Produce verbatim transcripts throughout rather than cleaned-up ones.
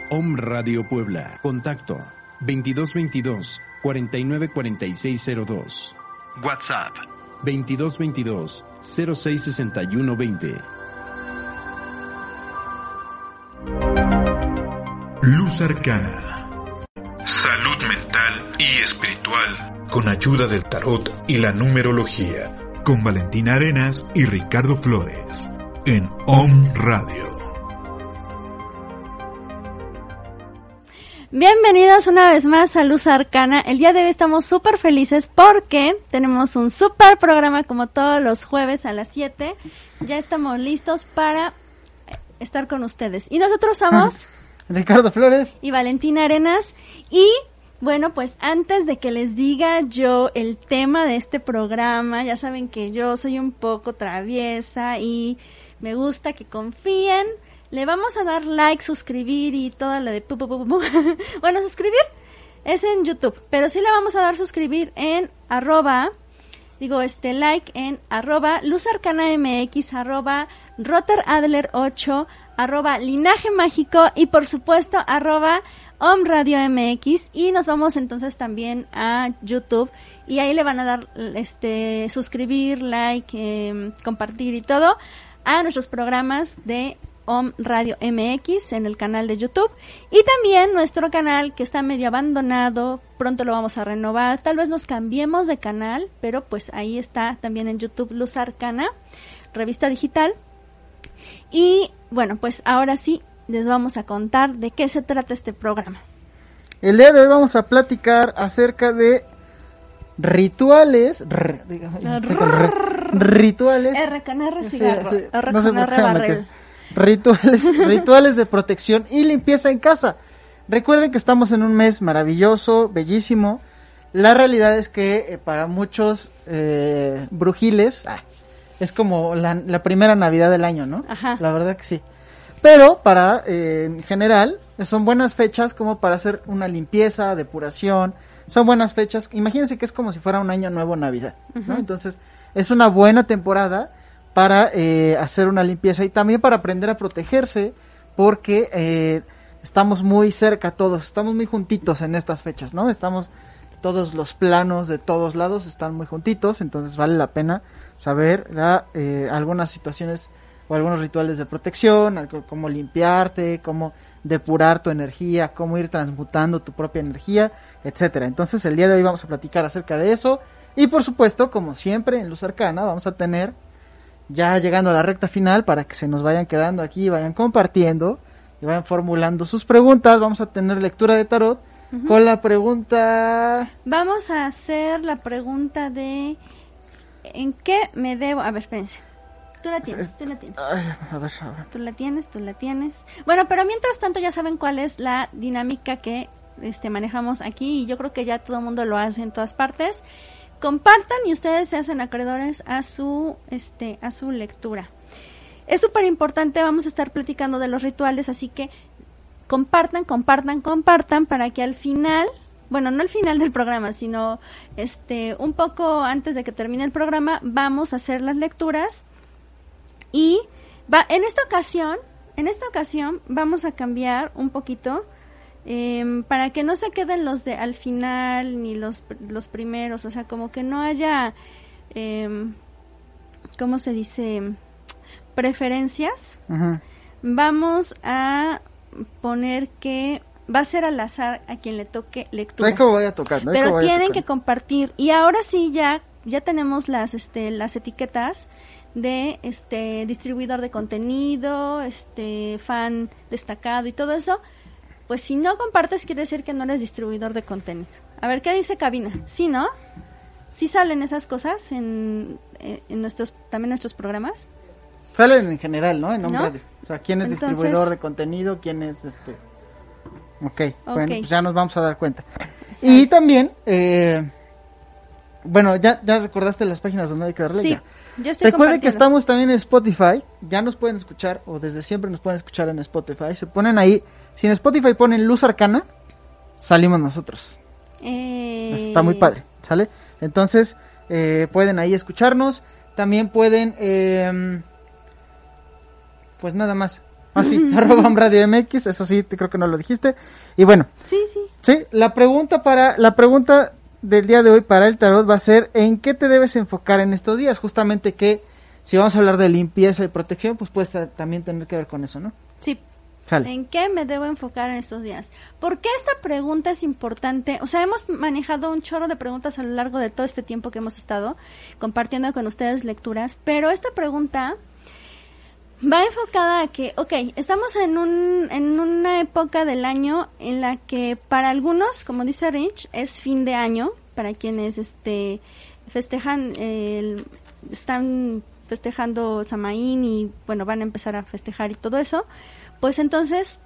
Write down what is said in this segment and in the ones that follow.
Om Radio Puebla. Contacto veintidós veintidós, cuarenta y nueve cuarenta y seis cero dos. WhatsApp veintidós veintidós, cero seis sesenta y uno veinte. Luz Arcana. Salud mental y espiritual con ayuda del tarot y la numerología. Con Valentina Arenas y Ricardo Flores en Om Radio. Bienvenidos una vez más a Luz Arcana. El día de hoy estamos súper felices porque tenemos un súper programa como todos los jueves a las siete. Ya estamos listos para estar con ustedes. Y nosotros somos Ricardo Flores y Valentina Arenas. Y bueno, pues antes de que les diga yo el tema de este programa, ya saben que yo soy un poco traviesa y me gusta que confíen. Le vamos a dar like, suscribir y toda la de... Pu, pu, pu, pu. Bueno, suscribir es en YouTube, pero sí le vamos a dar suscribir en arroba, digo, este like en arroba luzarcanamx, arroba roteradler ocho, arroba linaje mágico y por supuesto arroba Om Radio M X. Y nos vamos entonces también a YouTube y ahí le van a dar este suscribir, like, eh, compartir y todo a nuestros programas de Om Radio M X en el canal de YouTube y también nuestro canal que está medio abandonado, pronto lo vamos a renovar, tal vez nos cambiemos de canal, pero pues ahí está también en YouTube Luz Arcana, revista digital. Y bueno, pues ahora sí les vamos a contar de qué se trata este programa. El día de hoy vamos a platicar acerca de rituales r, r, rituales R con R cigarro, sí, sí, R no con R barril. Rituales, rituales de protección y limpieza en casa. Recuerden que estamos en un mes maravilloso, bellísimo. La realidad es que eh, para muchos eh, brujiles ah, es como la, la primera Navidad del año, ¿no? Ajá. La verdad que sí. Pero para, eh, en general, son buenas fechas como para hacer una limpieza, depuración. Son buenas fechas. Imagínense que es como si fuera un año nuevo Navidad, ¿no? Uh-huh. Entonces, es una buena temporada para eh, hacer una limpieza y también para aprender a protegerse, porque eh, estamos muy cerca todos, estamos muy juntitos en estas fechas, ¿no? Estamos, todos los planos de todos lados están muy juntitos, entonces vale la pena saber la, eh, algunas situaciones o algunos rituales de protección, algo, cómo limpiarte, cómo depurar tu energía, cómo ir transmutando tu propia energía, etcétera. Entonces el día de hoy vamos a platicar acerca de eso y por supuesto, como siempre en Luz Arcana, vamos a tener ya llegando a la recta final para que se nos vayan quedando aquí, vayan compartiendo y vayan formulando sus preguntas. Vamos a tener lectura de tarot uh-huh. con la pregunta... Vamos a hacer la pregunta de ¿en qué me debo? A ver, espérense. Tú la tienes, tú la tienes. A ver, a ver. Tú la tienes, tú la tienes. Bueno, pero mientras tanto ya saben cuál es la dinámica que este manejamos aquí y yo creo que ya todo el mundo lo hace en todas partes. Compartan y ustedes se hacen acreedores a su este a su lectura. Es súper importante, vamos a estar platicando de los rituales, así que compartan, compartan, compartan para que al final, bueno, no al final del programa, sino este un poco antes de que termine el programa, vamos a hacer las lecturas y va en esta ocasión, en esta ocasión vamos a cambiar un poquito. Eh, para que no se queden los de al final ni los los primeros, o sea, como que no haya eh, ¿cómo se dice? Preferencias. Uh-huh. Vamos a poner que va a ser al azar a quien le toque lecturas. No hay como voy a tocar, no hay pero como tienen tocar. Que compartir y ahora sí ya ya tenemos las este las etiquetas de este distribuidor de contenido, este fan destacado y todo eso. Pues si no compartes quiere decir que no eres distribuidor de contenido. A ver, ¿qué dice cabina? ¿Sí, no? ¿Sí salen esas cosas en, en nuestros también nuestros programas? Salen en general, ¿no? En Om ¿No? Radio. O sea, ¿quién es Entonces, distribuidor de contenido? ¿Quién es este? Ok, Ok. bueno, pues ya nos vamos a dar cuenta. Exacto. Y también, eh, bueno, ya ya recordaste las páginas donde hay que darle. Sí, ya. yo estoy Recuerden que estamos también en Spotify, ya nos pueden escuchar, o desde siempre nos pueden escuchar en Spotify. Se ponen ahí, si en Spotify ponen Luz Arcana, salimos nosotros. Eh... Está muy padre, ¿sale? Entonces, eh, pueden ahí escucharnos. También pueden, eh, pues nada más. Ah, sí, arroba Om Radio M X, eso sí, te, creo que no lo dijiste. Y bueno. Sí, sí. Sí, la pregunta para, la pregunta del día de hoy para el tarot va a ser, ¿en qué te debes enfocar en estos días? Justamente que, si vamos a hablar de limpieza y protección, pues puede estar, también tener que ver con eso, ¿no? Sí. Sale. ¿En qué me debo enfocar en estos días? ¿Por qué esta pregunta es importante? O sea, hemos manejado un chorro de preguntas a lo largo de todo este tiempo que hemos estado compartiendo con ustedes lecturas, pero esta pregunta va enfocada a que, ok, estamos en un en una época del año en la que para algunos, como dice Rich, es fin de año, para quienes este festejan, el, están festejando Samaín y bueno, van a empezar a festejar y todo eso. Pues entonces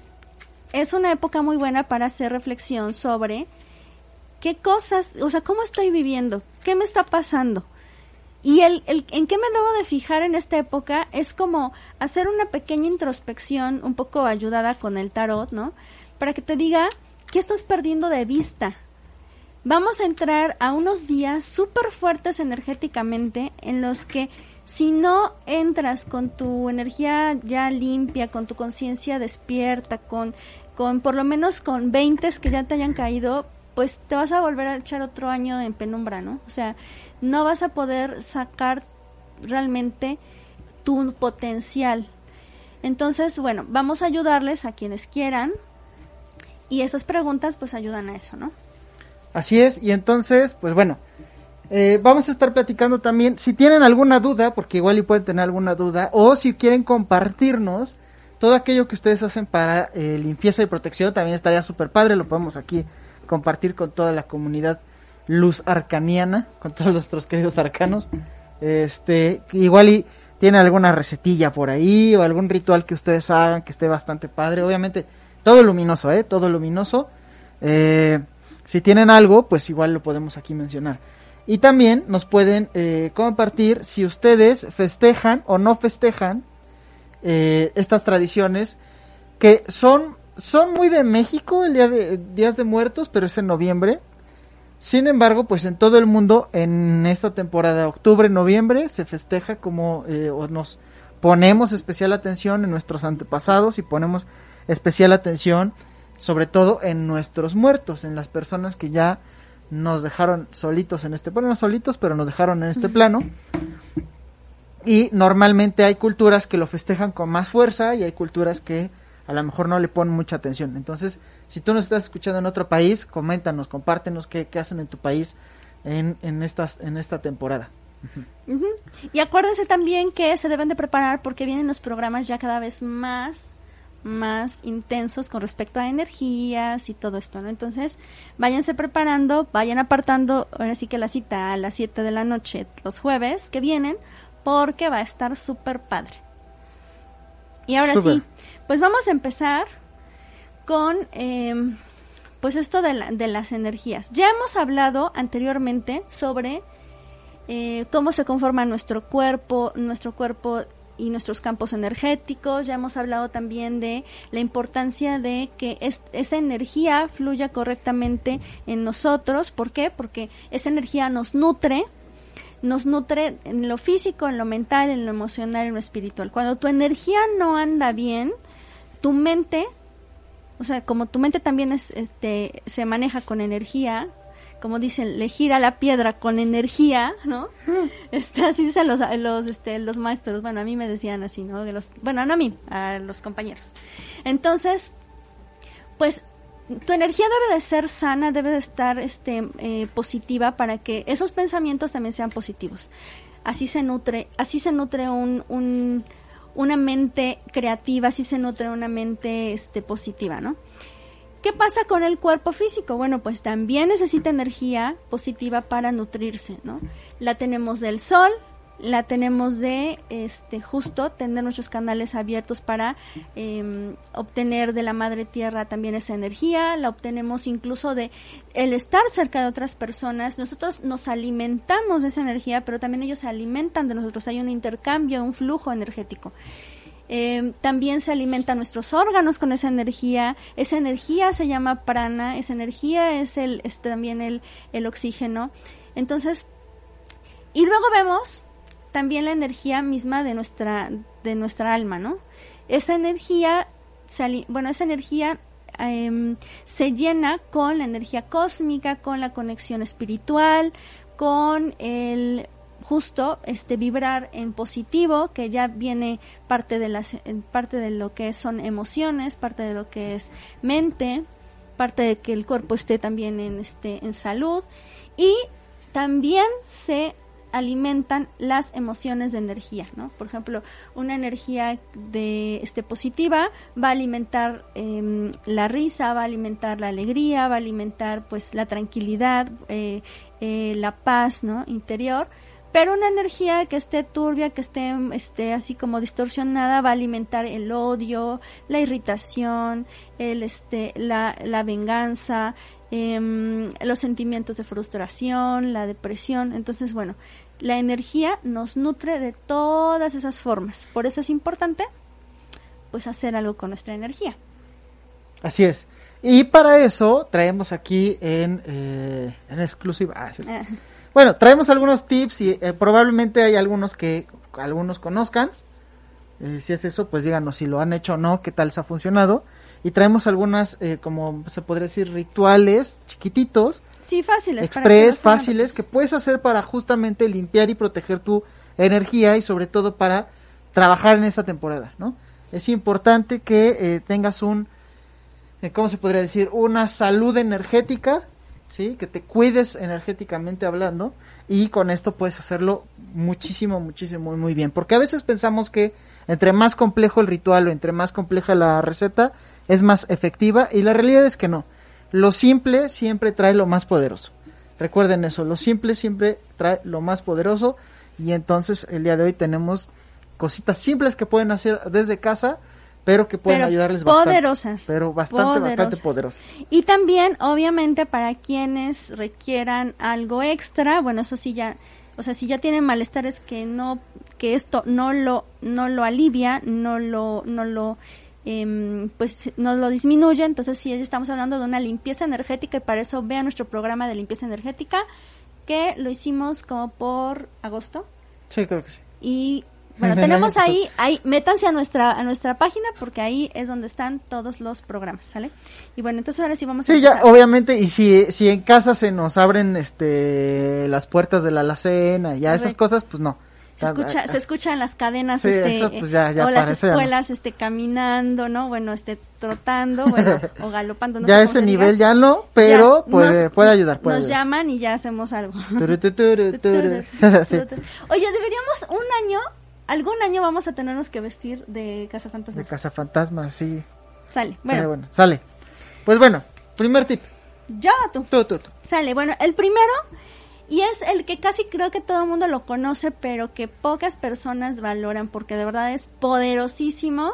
es una época muy buena para hacer reflexión sobre qué cosas, o sea, cómo estoy viviendo, qué me está pasando. Y el, el en qué me debo de fijar en esta época es como hacer una pequeña introspección, un poco ayudada con el tarot, ¿no? Para que te diga qué estás perdiendo de vista. Vamos a entrar a unos días súper fuertes energéticamente en los que si no entras con tu energía ya limpia, con tu conciencia despierta, con, con por lo menos con veintes que ya te hayan caído, pues te vas a volver a echar otro año en penumbra, ¿no? O sea, no vas a poder sacar realmente tu potencial. Entonces, bueno, vamos a ayudarles a quienes quieran y esas preguntas pues ayudan a eso, ¿no? Así es, y entonces, pues bueno, Eh, vamos a estar platicando también, si tienen alguna duda, porque igual y pueden tener alguna duda, o si quieren compartirnos todo aquello que ustedes hacen para eh, limpieza y protección, también estaría súper padre, lo podemos aquí compartir con toda la comunidad luz arcaniana, con todos nuestros queridos arcanos. Este, igual y tienen alguna recetilla por ahí, o algún ritual que ustedes hagan que esté bastante padre, obviamente todo luminoso, eh, todo luminoso. Eh, si tienen algo, pues igual lo podemos aquí mencionar. Y también nos pueden eh, compartir si ustedes festejan o no festejan eh, estas tradiciones que son son muy de México, el día de Días de Muertos, pero es en noviembre. Sin embargo, pues en todo el mundo en esta temporada octubre, noviembre se festeja como eh, o nos ponemos especial atención en nuestros antepasados y ponemos especial atención sobre todo en nuestros muertos, en las personas que ya nos dejaron solitos en este, bueno, no solitos, pero nos dejaron en este plano. Y normalmente hay culturas que lo festejan con más fuerza y hay culturas que a lo mejor no le ponen mucha atención. Entonces, si tú nos estás escuchando en otro país, coméntanos, compártenos qué, qué hacen en tu país en, en, estas, en esta temporada. Uh-huh. Uh-huh. Y acuérdense también que se deben de preparar porque vienen los programas ya cada vez más más intensos con respecto a energías y todo esto, ¿no? Entonces, váyanse preparando, vayan apartando, ahora sí que la cita a las siete de la noche los jueves que vienen, porque va a estar súper padre. Y ahora Super. sí, pues vamos a empezar con eh, pues esto de, la, de las energías. Ya hemos hablado anteriormente sobre eh, cómo se conforma nuestro cuerpo, nuestro cuerpo y nuestros campos energéticos. Ya hemos hablado también de la importancia de que es, esa energía fluya correctamente en nosotros. ¿Por qué? Porque esa energía nos nutre, nos nutre en lo físico, en lo mental, en lo emocional, en lo espiritual. Cuando tu energía no anda bien, tu mente, o sea, como tu mente también es, este, se maneja con energía, como dicen, le gira la piedra con energía, ¿no? Mm. Este, así dicen los, los, este, los maestros. Bueno, a mí me decían así, ¿no? De los, bueno, no a mí, a los compañeros. Entonces, pues, tu energía debe de ser sana, debe de estar, este, eh, positiva para que esos pensamientos también sean positivos. Así se nutre, así se nutre un, un, una mente creativa, así se nutre una mente, este, positiva, ¿no? ¿Qué pasa con el cuerpo físico? Bueno, pues también necesita energía positiva para nutrirse, ¿no? La tenemos del sol, la tenemos de, este, justo tener nuestros canales abiertos para eh, obtener de la madre tierra también esa energía, la obtenemos incluso de el estar cerca de otras personas. Nosotros nos alimentamos de esa energía, pero también ellos se alimentan de nosotros, hay un intercambio, un flujo energético. Eh, también se alimentan nuestros órganos con esa energía. Esa energía se llama prana, esa energía es el es también el, el oxígeno. Entonces, y luego vemos también la energía misma de nuestra, de nuestra alma, ¿no? Esa energía, bueno, esa energía eh, se llena con la energía cósmica, con la conexión espiritual, con el justo este vibrar en positivo, que ya viene parte de las parte de lo que son emociones, parte de lo que es mente, parte de que el cuerpo esté también en este en salud, y también se alimentan las emociones de energía, ¿no? Por ejemplo, una energía de este positiva va a alimentar eh, la risa, va a alimentar la alegría, va a alimentar pues la tranquilidad, eh, eh, la paz, ¿no? Interior. Pero una energía que esté turbia, que esté, esté así como distorsionada, va a alimentar el odio, la irritación, el este, la, la venganza, eh, los sentimientos de frustración, la depresión. Entonces, bueno, la energía nos nutre de todas esas formas. Por eso es importante, pues, hacer algo con nuestra energía. Así es. Y para eso traemos aquí en, eh, en exclusiva. Ah, sí. ah. Bueno, traemos algunos tips y eh, probablemente hay algunos que algunos conozcan. Eh, si es eso, pues díganos si lo han hecho o no, qué tal les ha funcionado. Y traemos algunas, eh, como se podría decir, rituales chiquititos. Sí, fáciles. Express, que fáciles, que puedes hacer para justamente limpiar y proteger tu energía y sobre todo para trabajar en esta temporada, ¿no? Es importante que eh, tengas un, eh, ¿cómo se podría decir? Una salud energética, ¿sí? Que te cuides energéticamente hablando, y con esto puedes hacerlo muchísimo, muchísimo, muy bien. Porque a veces pensamos que entre más complejo el ritual o entre más compleja la receta, es más efectiva, y la realidad es que no. Lo simple siempre trae lo más poderoso. Recuerden eso, lo simple siempre trae lo más poderoso, y entonces el día de hoy tenemos cositas simples que pueden hacer desde casa, pero que pueden pero ayudarles poderosas, bastante. Pero bastante, poderosas. bastante poderosas. Y también, obviamente, para quienes requieran algo extra, bueno, eso sí ya, o sea, si ya tienen malestares que no, que esto no lo, no lo alivia, no lo, no lo, eh, pues, no lo disminuye, entonces sí estamos hablando de una limpieza energética, y para eso vean nuestro programa de limpieza energética, que lo hicimos como por agosto. Sí, creo que sí. Y bueno, tenemos ahí, ahí, métanse a nuestra a nuestra página, porque ahí es donde están todos los programas, ¿sale? Y bueno, entonces ahora sí vamos a Sí, empezar. Ya, obviamente, y si si en casa se nos abren este las puertas de la alacena, ya esas cosas, pues no. Se escucha, ah, se escuchan las cadenas, sí, este, eso, pues ya, ya o las escuelas, no. este, caminando, ¿no? Bueno, este, trotando, bueno, o galopando, no ya sé ese nivel diga. Ya no, pero ya, puede, nos, puede ayudar, puede Nos ayudar. llaman y ya hacemos algo. Turu, tu, turu, turu. Sí. Oye, deberíamos un año, algún año vamos a tenernos que vestir de cazafantasmas. De cazafantasmas, sí. Sale, bueno. Sale, bueno. Sale. Pues bueno, primer tip. Yo, tú. Tú, tú, tú. Sale, bueno, el primero, y es el que casi creo que todo el mundo lo conoce, pero que pocas personas valoran porque de verdad es poderosísimo,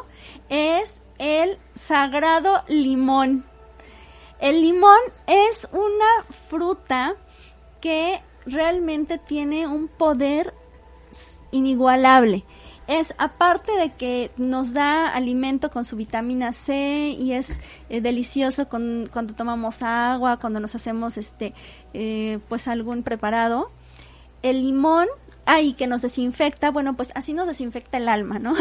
es el sagrado limón. El limón es una fruta que realmente tiene un poder inigualable. Es, aparte de que nos da alimento con su vitamina C, y es eh, delicioso con, cuando tomamos agua, cuando nos hacemos este eh, pues algún preparado, el limón, ay, que nos desinfecta, bueno, pues así nos desinfecta el alma, ¿no?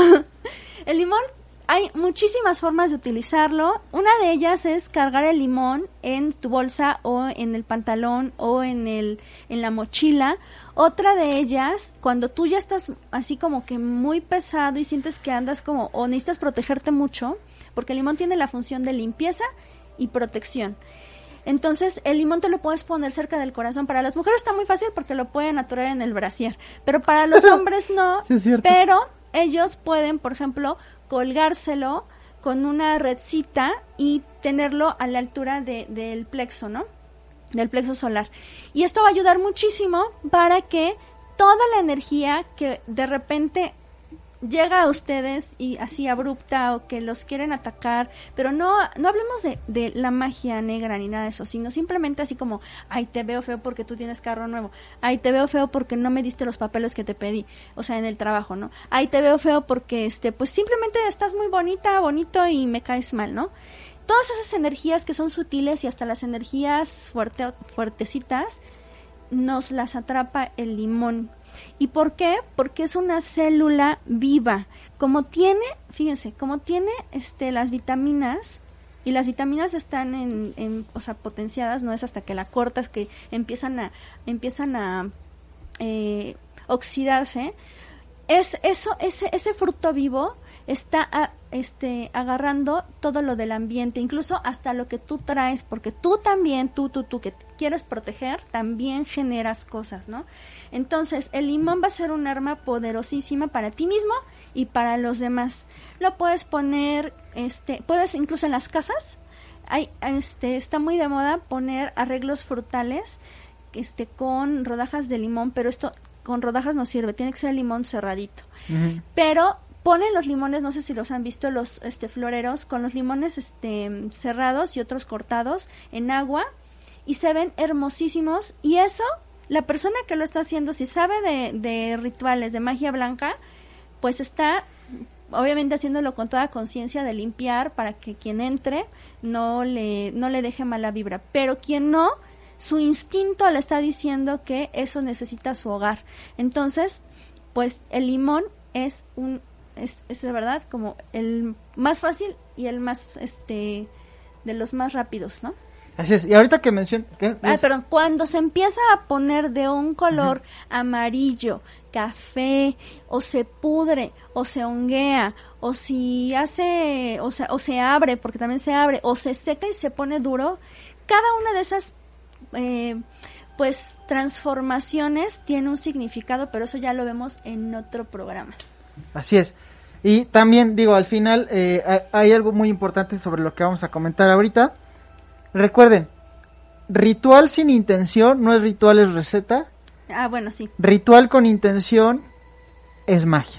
El limón, hay muchísimas formas de utilizarlo. Una de ellas es cargar el limón en tu bolsa o en el pantalón o en el en la mochila. Otra de ellas, cuando tú ya estás así como que muy pesado y sientes que andas como, o necesitas protegerte mucho, porque el limón tiene la función de limpieza y protección. Entonces, el limón te lo puedes poner cerca del corazón. Para las mujeres está muy fácil porque lo pueden aturar en el brasier, pero para los hombres no. Sí, es cierto. Pero ellos pueden, por ejemplo, colgárselo con una redcita y tenerlo a la altura de, del plexo, ¿no? Del plexo solar. Y esto va a ayudar muchísimo para que toda la energía que de repente llega a ustedes y así abrupta, o que los quieren atacar, pero no no hablemos de, de la magia negra ni nada de eso, sino simplemente así como, ay, te veo feo porque tú tienes carro nuevo, ay, te veo feo porque no me diste los papeles que te pedí, o sea, en el trabajo, ¿no? Ay, te veo feo porque, este, pues simplemente estás muy bonita, bonito y me caes mal, ¿no? Todas esas energías que son sutiles y hasta las energías fuerte, fuertecitas nos las atrapa el limón. ¿Y por qué? Porque es una célula viva. Como tiene, fíjense, como tiene este las vitaminas, y las vitaminas están en, en o sea, potenciadas, no es hasta que la cortas que empiezan a empiezan a eh, oxidarse. Es eso ese ese fruto vivo está a, este agarrando todo lo del ambiente, incluso hasta lo que tú traes, porque tú también, tú, tú, tú que quieres proteger, también generas cosas, ¿no? Entonces, el limón va a ser un arma poderosísima para ti mismo y para los demás. Lo puedes poner, este, puedes incluso en las casas, hay, este, está muy de moda poner arreglos frutales, este, con rodajas de limón, pero esto con rodajas no sirve, tiene que ser limón cerradito. Uh-huh. Pero ponen los limones, no sé si los han visto, los este floreros, con los limones este cerrados y otros cortados en agua, y se ven hermosísimos. Y eso, la persona que lo está haciendo, si sabe de, de rituales, de magia blanca, pues está obviamente haciéndolo con toda conciencia de limpiar para que quien entre no le, no le deje mala vibra. Pero quien no, su instinto le está diciendo que eso necesita su hogar. Entonces, pues el limón es un es, es de verdad como el más fácil y el más este de los más rápidos, ¿no? Así es. Y ahorita que mencioné, ah, perdón, cuando se empieza a poner de un color uh-huh. amarillo, café, o se pudre, o se honguea, o si hace, o se, o se abre, porque también se abre, o se seca y se pone duro, cada una de esas eh, pues transformaciones tiene un significado, pero eso ya lo vemos en otro programa. Así es. Y también digo, al final eh, hay algo muy importante sobre lo que vamos a comentar ahorita. Recuerden, ritual sin intención no es ritual, es receta. Ah, bueno, sí. Ritual con intención es magia,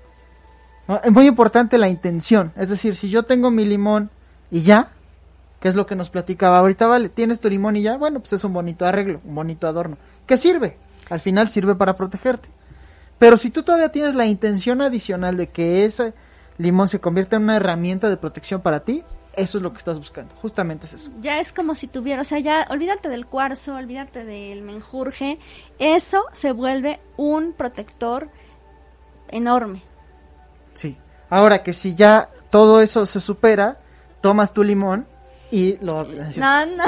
¿no? Es muy importante la intención. Es decir, si yo tengo mi limón y ya, que es lo que nos platicaba ahorita, vale, tienes tu limón y ya, bueno, pues es un bonito arreglo, un bonito adorno. ¿Qué sirve? Al final sirve para protegerte. Pero si tú todavía tienes la intención adicional de que ese limón se convierta en una herramienta de protección para ti, eso es lo que estás buscando, justamente es eso. Ya es como si tuviera, o sea, ya olvídate del cuarzo, olvídate del menjurje, eso se vuelve un protector enorme. Sí, ahora que si ya todo eso se supera, tomas tu limón y lo... No, no.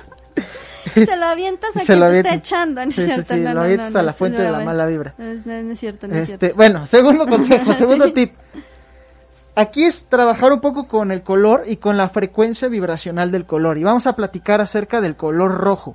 Se lo avientas a quien te está echando, ¿no es sí, cierto? Sí, sí, no, lo avientas no, no, a la no, fuente no, de la no, mala vibra. No, no, no es cierto, no es este, cierto. Bueno, segundo consejo, segundo sí. tip. Aquí es trabajar un poco con el color y con la frecuencia vibracional del color. Y vamos a platicar acerca del color rojo.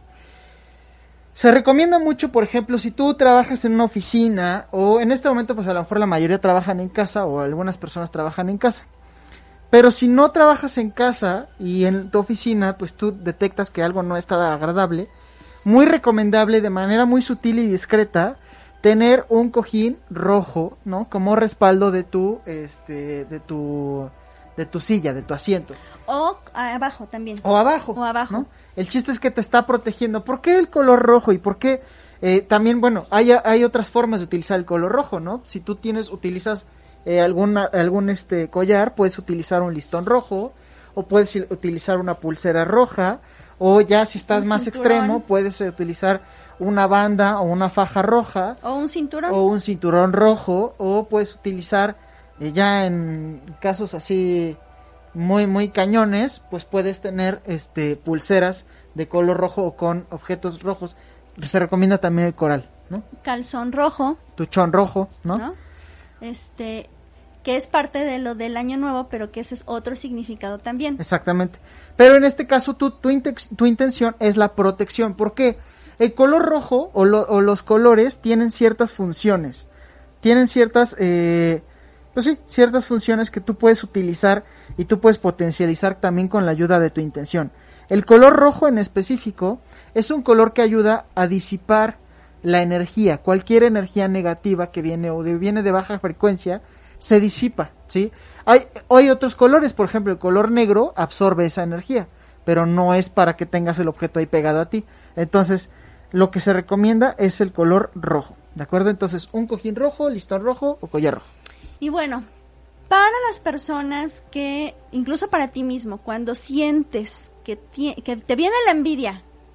Se recomienda mucho, por ejemplo, si tú trabajas en una oficina, o en este momento pues a lo mejor la mayoría trabajan en casa, o algunas personas trabajan en casa. Pero si no trabajas en casa y en tu oficina, pues tú detectas que algo no está agradable, muy recomendable de manera muy sutil y discreta tener un cojín rojo, ¿no? Como respaldo de tu, este, de tu, de tu silla, de tu asiento. O abajo también. O abajo. O abajo. ¿no? El chiste es que te está protegiendo. ¿Por qué el color rojo? Y por qué eh, también, bueno, hay, hay otras formas de utilizar el color rojo, ¿no? Si tú tienes, utilizas eh, alguna, algún este collar, puedes utilizar un listón rojo, o puedes utilizar una pulsera roja, o ya si estás un más cinturón. Extremo, puedes utilizar una banda o una faja roja. O un cinturón. O un cinturón rojo, o puedes utilizar, eh, ya en casos así muy, muy cañones, pues puedes tener este pulseras de color rojo o con objetos rojos. Se recomienda también el coral, ¿no? Calzón rojo. Tuchón rojo, ¿no? ¿no? Este, que es parte de lo del año nuevo, pero que ese es otro significado también. Exactamente. Pero en este caso tu, tu, inten- tu intención es la protección. ¿Por qué? El color rojo o, lo, o los colores tienen ciertas funciones. Tienen ciertas, eh, pues sí, ciertas funciones que tú puedes utilizar y tú puedes potencializar también con la ayuda de tu intención. El color rojo en específico es un color que ayuda a disipar la energía, cualquier energía negativa que viene o de, viene de baja frecuencia, se disipa, ¿sí? Hay, hay otros colores, por ejemplo, el color negro absorbe esa energía, pero no es para que tengas el objeto ahí pegado a ti. Entonces, lo que se recomienda es el color rojo, ¿de acuerdo? Entonces, un cojín rojo, listón rojo o collar rojo. Y bueno, para las personas que, incluso para ti mismo, cuando sientes que, ti- que te viene la envidia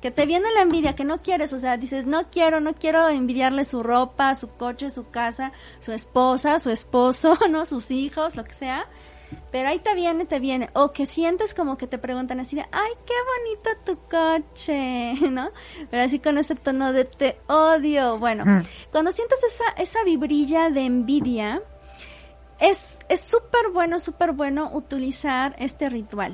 que te viene la envidia, que no quieres, o sea, dices, no quiero, no quiero envidiarle su ropa, su coche, su casa, su esposa, su esposo, ¿no? Sus hijos, lo que sea, pero ahí te viene, te viene, o que sientes como que te preguntan así de, ay, qué bonito tu coche, ¿no? Pero así con ese tono de te odio. Bueno, mm. cuando sientes esa, esa vibrilla de envidia, es es súper bueno, súper bueno utilizar este ritual.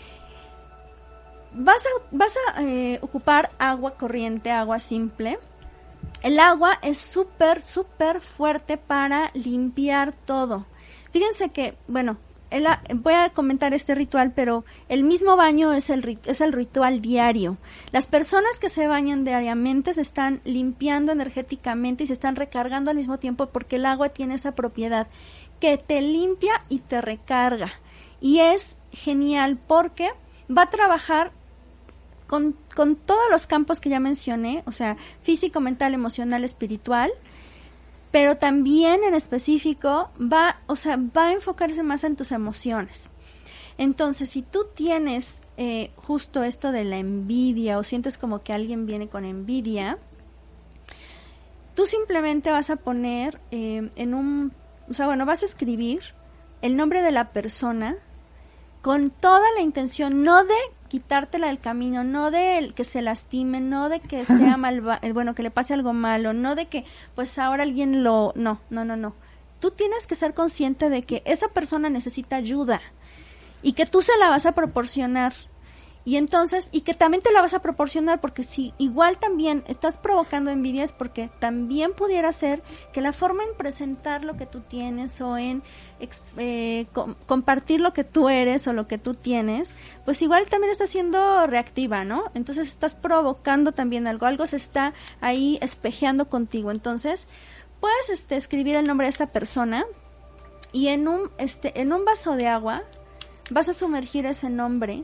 Vas a, vas a eh, ocupar agua corriente, agua simple. El agua es súper, súper fuerte para limpiar todo. Fíjense que, bueno, el, voy a comentar este ritual, pero el mismo baño es el, es el ritual diario. Las personas que se bañan diariamente se están limpiando energéticamente y se están recargando al mismo tiempo porque el agua tiene esa propiedad que te limpia y te recarga. Y es genial porque va a trabajar con, con todos los campos que ya mencioné, o sea, físico, mental, emocional, espiritual, pero también en específico va, o sea, va a enfocarse más en tus emociones. Entonces, si tú tienes eh, justo esto de la envidia o sientes como que alguien viene con envidia, tú simplemente vas a poner eh, en un, o sea, bueno, vas a escribir el nombre de la persona con toda la intención, no de quitártela del camino, no de que se lastime, no de que sea malva, bueno, que le pase algo malo, no de que pues ahora alguien lo, no, no, no, no. Tú tienes que ser consciente de que esa persona necesita ayuda y que tú se la vas a proporcionar. Y entonces, y que también te la vas a proporcionar, porque si igual también estás provocando envidias, porque también pudiera ser que la forma en presentar lo que tú tienes o en eh, com- compartir lo que tú eres o lo que tú tienes, pues igual también está siendo reactiva, ¿no? Entonces estás provocando también algo, algo se está ahí espejeando contigo. Entonces, puedes este, escribir el nombre de esta persona y en un, este, en un vaso de agua vas a sumergir ese nombre.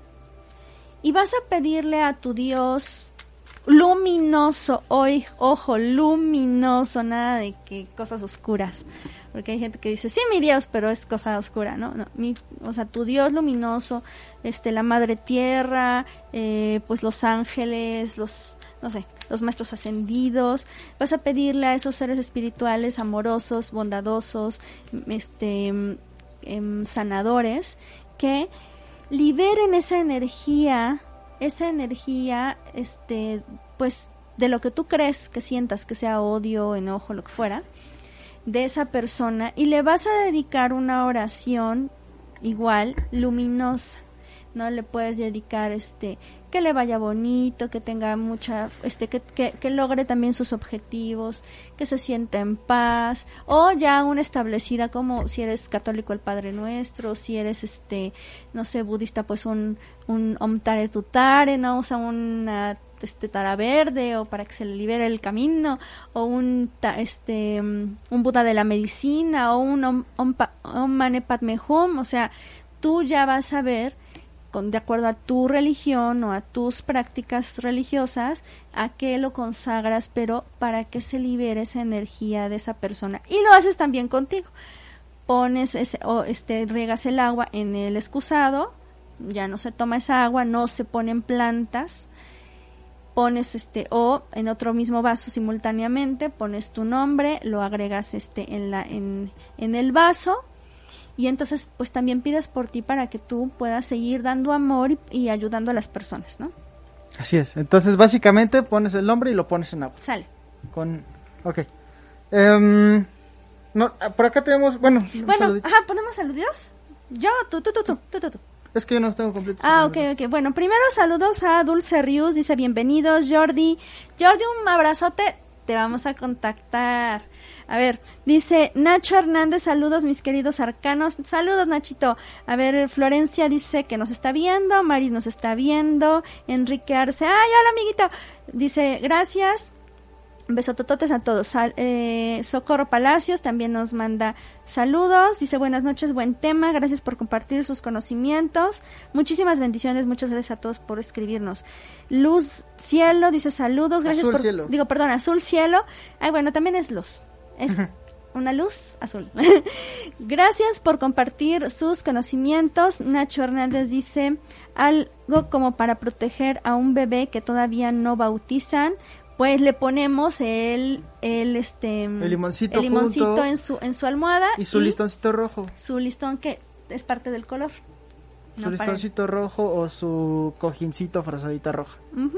Y vas a pedirle a tu Dios luminoso, hoy, ojo, luminoso, nada de que cosas oscuras. Porque hay gente que dice, sí, mi Dios, pero es cosa oscura, ¿no? no mi, o sea, tu Dios luminoso, este, la Madre Tierra, eh, pues los ángeles, los, no sé, los maestros ascendidos. Vas a pedirle a esos seres espirituales amorosos, bondadosos, este, eh, sanadores, que liberen esa energía, esa energía, este, pues, de lo que tú crees que sientas, que sea odio, enojo, lo que fuera, de esa persona, y le vas a dedicar una oración igual, luminosa, ¿no? Le puedes dedicar, este, que le vaya bonito, que tenga mucha, este, que, que, que logre también sus objetivos, que se sienta en paz, o ya una establecida como si eres católico el Padre Nuestro, si eres, este, no sé, budista, pues un, un Om Tare Tutare, ¿no? O sea, una, este, tara verde, o para que se le libere el camino, o un, ta, este, un Buda de la medicina, o un Om, Om, Om Mane Padme Hum, o sea, tú ya vas a ver, de acuerdo a tu religión o a tus prácticas religiosas, a qué lo consagras, pero para que se libere esa energía de esa persona. Y lo haces también contigo. Pones ese, o este, riegas el agua en el excusado, ya no se toma esa agua, no se ponen plantas, pones este, o en otro mismo vaso simultáneamente, pones tu nombre, lo agregas este en la, en, en el vaso. Y entonces, pues también pides por ti para que tú puedas seguir dando amor y, y ayudando a las personas, ¿no? Así es. Entonces, básicamente, pones el nombre y lo pones en agua. Sale. Con, ok. Um, no, por acá tenemos, bueno. Bueno, ajá, ¿ponemos saludos? Yo, tú, tú, tú, tú, tú, tú, tú. Es que yo no los tengo completos. Ah, ok, ok. Bueno, primero saludos a Dulce Rius, dice bienvenidos, Jordi. Jordi, un abrazote, te vamos a contactar. A ver, dice Nacho Hernández, saludos mis queridos arcanos, saludos Nachito. A ver, Florencia dice que nos está viendo, Maris nos está viendo, Enrique Arce, ay, hola amiguito, dice gracias, besotototes a todos. Sal, eh, Socorro Palacios también nos manda saludos, dice buenas noches, buen tema, gracias por compartir sus conocimientos, muchísimas bendiciones, muchas gracias a todos por escribirnos. Luz Cielo dice saludos, gracias Azul por, Cielo. digo perdón, Azul Cielo, ay bueno, también es luz. Es, una luz azul. Gracias por compartir sus conocimientos. Nacho Hernández dice, algo como para proteger a un bebé que todavía no bautizan, pues le ponemos el el este el limoncito, el limoncito en su en su almohada y su y listoncito rojo. Su listón que es parte del color. Su no listoncito para... rojo o su cojincito frazadita roja. Uh-huh.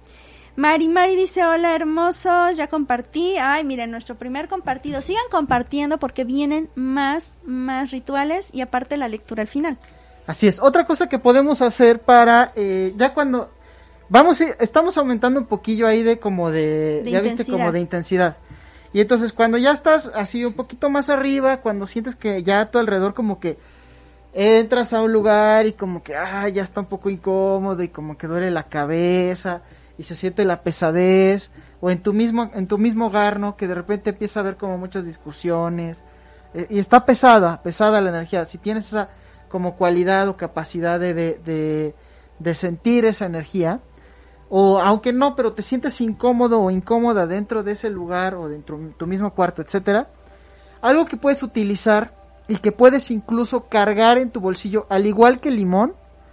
Mari Mari dice, hola hermosos, ya compartí. Ay, miren, nuestro primer compartido. Sigan compartiendo porque vienen más, más rituales y aparte la lectura al final. Así es. Otra cosa que podemos hacer para, eh, ya cuando vamos, estamos aumentando un poquillo ahí de como de, de ya viste, como de intensidad. Y entonces cuando ya estás así un poquito más arriba, cuando sientes que ya a tu alrededor como que entras a un lugar y como que, ah, ya está un poco incómodo y como que duele la cabeza y se siente la pesadez, o en tu mismo en tu mismo hogar, ¿no? Que de repente empieza a haber como muchas discusiones, eh, y está pesada, pesada la energía. Si tienes esa como cualidad o capacidad de, de, de, de sentir esa energía, o aunque no, pero te sientes incómodo o incómoda dentro de ese lugar, o dentro de tu mismo cuarto, etcétera, algo que puedes utilizar y que puedes incluso cargar en tu bolsillo, al igual que el limón,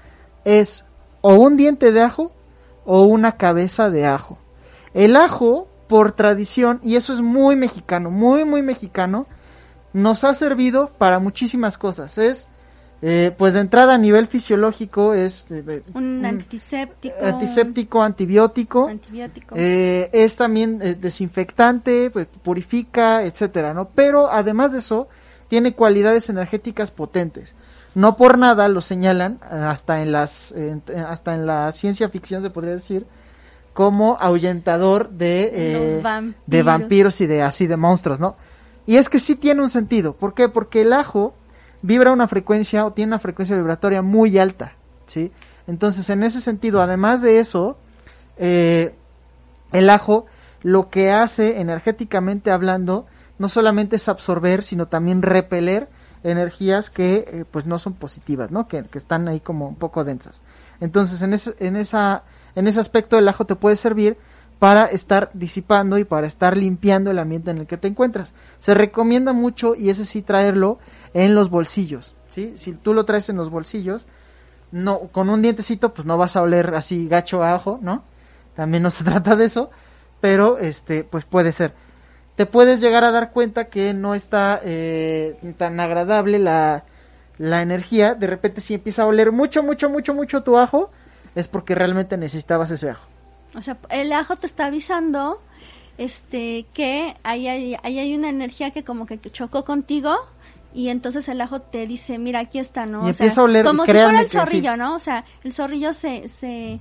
es o un diente de ajo, o una cabeza de ajo. El ajo, por tradición, y eso es muy mexicano, muy muy mexicano, nos ha servido para muchísimas cosas. Es, eh, pues de entrada a nivel fisiológico, es eh, un antiséptico, antiséptico, antibiótico, antibiótico. Eh, es también eh, desinfectante, pues, purifica, etcétera, ¿no? Pero además de eso, tiene cualidades energéticas potentes. No por nada lo señalan, hasta en las eh, hasta en la ciencia ficción se podría decir, como ahuyentador de eh, vampiros. de vampiros y de así de monstruos, ¿no? Y es que sí tiene un sentido. ¿Por qué? Porque el ajo vibra una frecuencia o tiene una frecuencia vibratoria muy alta, ¿sí? Entonces, en ese sentido, además de eso, eh, el ajo lo que hace energéticamente hablando no solamente es absorber, sino también repeler energías que eh, pues no son positivas, ¿no? Que, que están ahí como un poco densas. Entonces, en ese, en esa, en ese aspecto el ajo te puede servir para estar disipando y para estar limpiando el ambiente en el que te encuentras. Se recomienda mucho, y ese sí, traerlo en los bolsillos, ¿sí? Si tú lo traes en los bolsillos, no, con un dientecito pues no vas a oler así gacho a ajo, ¿no? También no se trata de eso, pero este pues puede ser. Te puedes llegar a dar cuenta que no está eh, tan agradable la, la energía. De repente, si empieza a oler mucho, mucho, mucho, mucho tu ajo, es porque realmente necesitabas ese ajo. O sea, el ajo te está avisando este que ahí hay, ahí hay una energía que como que chocó contigo, y entonces el ajo te dice, mira, aquí está, ¿no? Y o empieza sea, a oler, como si fuera el que zorrillo, sí. ¿no? O sea, el zorrillo se, se,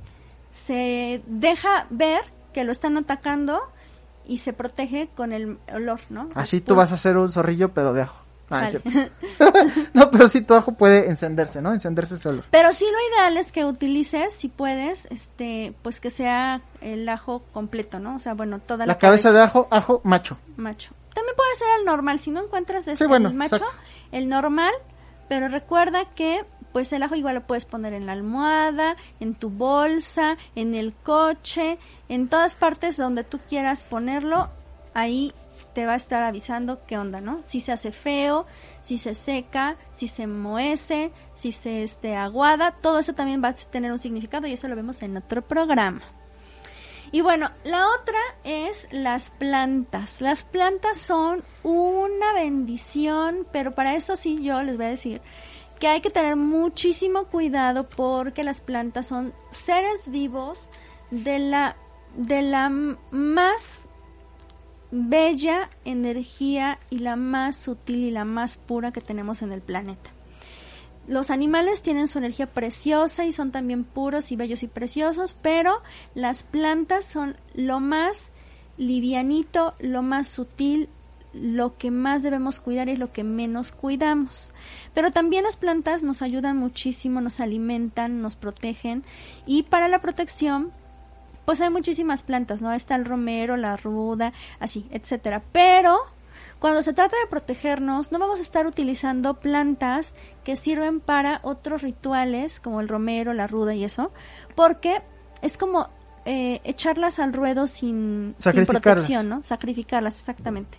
se deja ver que lo están atacando y se protege con el olor, ¿no? Así Después, tú vas a hacer un zorrillo, pero de ajo. Ah, es cierto. No, pero sí, tu ajo puede encenderse, ¿no? Encenderse solo. Pero sí, lo ideal es que utilices, si puedes, este, pues que sea el ajo completo, ¿no? O sea, bueno, toda la, la cabeza, cabeza de ajo, ajo macho. Macho. También puede ser el normal, si no encuentras este, sí, bueno, el macho, exacto. El normal, pero recuerda que pues el ajo igual lo puedes poner en la almohada, en tu bolsa, en el coche, en todas partes donde tú quieras ponerlo, ahí te va a estar avisando qué onda, ¿no? Si se hace feo, si se seca, si se moece, si se este, aguada, todo eso también va a tener un significado, y eso lo vemos en otro programa. Y bueno, la otra es las plantas. Las plantas son una bendición, pero para eso sí yo les voy a decir que hay que tener muchísimo cuidado, porque las plantas son seres vivos de la, de la más bella energía y la más sutil y la más pura que tenemos en el planeta. Los animales tienen su energía preciosa y son también puros y bellos y preciosos, pero las plantas son lo más livianito, lo más sutil, lo que más debemos cuidar y lo que menos cuidamos. Pero también las plantas nos ayudan muchísimo, nos alimentan, nos protegen, y para la protección pues hay muchísimas plantas, ¿no? Está el romero, la ruda, así, etcétera. Pero cuando se trata de protegernos, no vamos a estar utilizando plantas que sirven para otros rituales, como el romero, la ruda y eso, porque es como eh, echarlas al ruedo sin, sin protección, ¿no? Sacrificarlas, exactamente.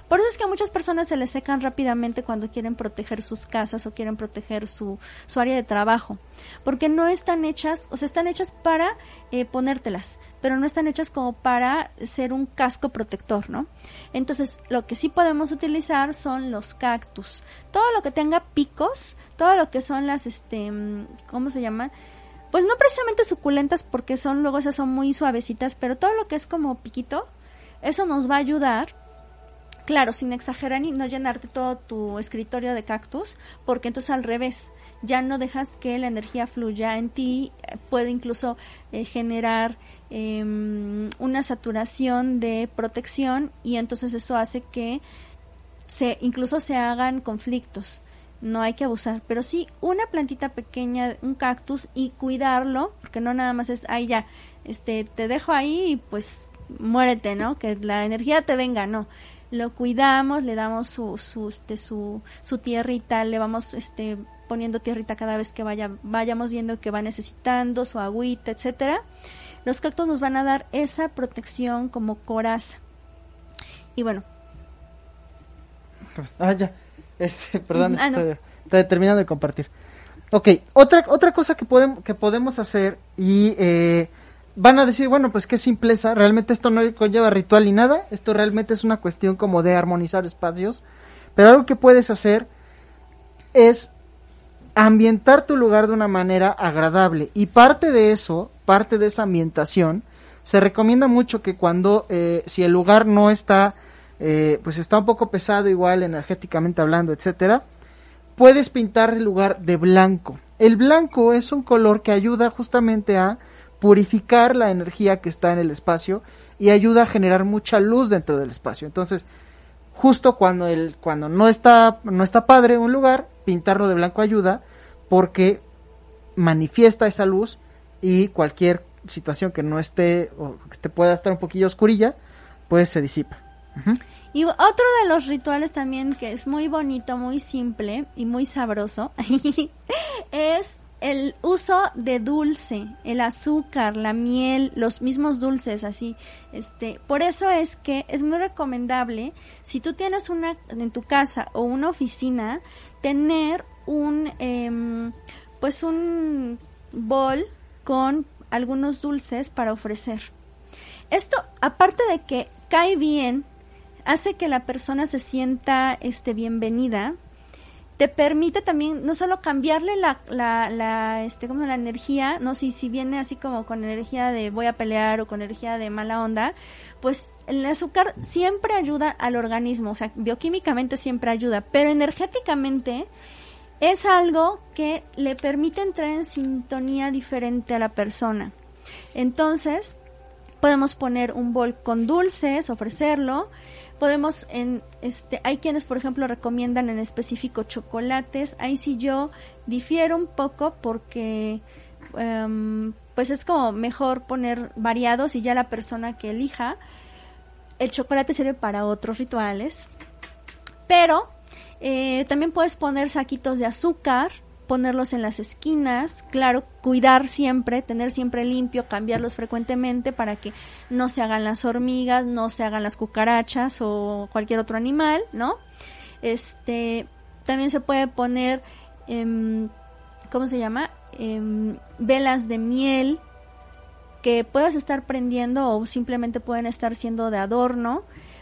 Por eso es que a muchas personas se les secan rápidamente cuando quieren proteger sus casas o quieren proteger su, su área de trabajo, porque no están hechas, o sea, están hechas para eh, ponértelas, pero no están hechas como para ser un casco protector, ¿no? Entonces, lo que sí podemos utilizar son los cactus. Todo lo que tenga picos, todo lo que son las, este, ¿cómo se llaman? Pues no precisamente suculentas, porque son, luego esas son muy suavecitas, pero todo lo que es como piquito, eso nos va a ayudar, claro, sin exagerar y no llenarte todo tu escritorio de cactus, porque entonces al revés, ya no dejas que la energía fluya en ti, puede incluso eh, generar eh, una saturación de protección, y entonces eso hace que se incluso se hagan conflictos. No hay que abusar, pero sí una plantita pequeña, un cactus, y cuidarlo, porque no nada más es, ay ya, este, te dejo ahí y pues muérete, ¿no? Que la energía te venga, no. Lo cuidamos, le damos su su este, su, su tierrita, le vamos este poniendo tierrita cada vez que vaya vayamos viendo que va necesitando, su agüita, etcétera. Los cactus nos van a dar esa protección como coraza. Y bueno. Ah, ya. Este, perdón, ah, no. estoy, estoy terminando de compartir. Ok, otra otra cosa que podemos que podemos hacer, y eh, van a decir, bueno, pues qué simpleza, realmente esto no conlleva ritual ni nada, esto realmente es una cuestión como de armonizar espacios, pero algo que puedes hacer es ambientar tu lugar de una manera agradable, y parte de eso, parte de esa ambientación, se recomienda mucho que cuando, eh, si el lugar no está Eh, pues está un poco pesado igual energéticamente hablando, etcétera, puedes pintar el lugar de blanco. El blanco es un color que ayuda justamente a purificar la energía que está en el espacio y ayuda a generar mucha luz dentro del espacio. Entonces, justo cuando el cuando no está no está padre un lugar, pintarlo de blanco ayuda, porque manifiesta esa luz y cualquier situación que no esté o que te pueda estar un poquillo oscurilla, pues se disipa. Uh-huh. Y otro de los rituales también que es muy bonito, muy simple y muy sabroso es el uso de dulce, el azúcar, la miel, los mismos dulces, así. Este, por eso es que es muy recomendable, si tú tienes una en tu casa o una oficina, tener un eh, pues un bol con algunos dulces para ofrecer. Esto, aparte de que cae bien, hace que la persona se sienta este bienvenida, te permite también no solo cambiarle la la, la este como la energía, no si si viene así como con energía de voy a pelear o con energía de mala onda, pues el azúcar siempre ayuda al organismo, o sea, bioquímicamente siempre ayuda, pero energéticamente es algo que le permite entrar en sintonía diferente a la persona. Entonces, podemos poner un bol con dulces, ofrecerlo. Podemos, en este, hay quienes, por ejemplo, recomiendan en específico chocolates. Ahí sí yo difiero un poco porque, um, pues es como mejor poner variados y ya la persona que elija. El chocolate sirve para otros rituales. Pero eh, también puedes poner saquitos de azúcar, ponerlos en las esquinas, claro, cuidar siempre, tener siempre limpio, cambiarlos frecuentemente para que no se hagan las hormigas, no se hagan las cucarachas o cualquier otro animal, ¿no? Este, también se puede poner, eh, ¿cómo se llama? Eh, velas de miel que puedas estar prendiendo o simplemente pueden estar siendo de adorno.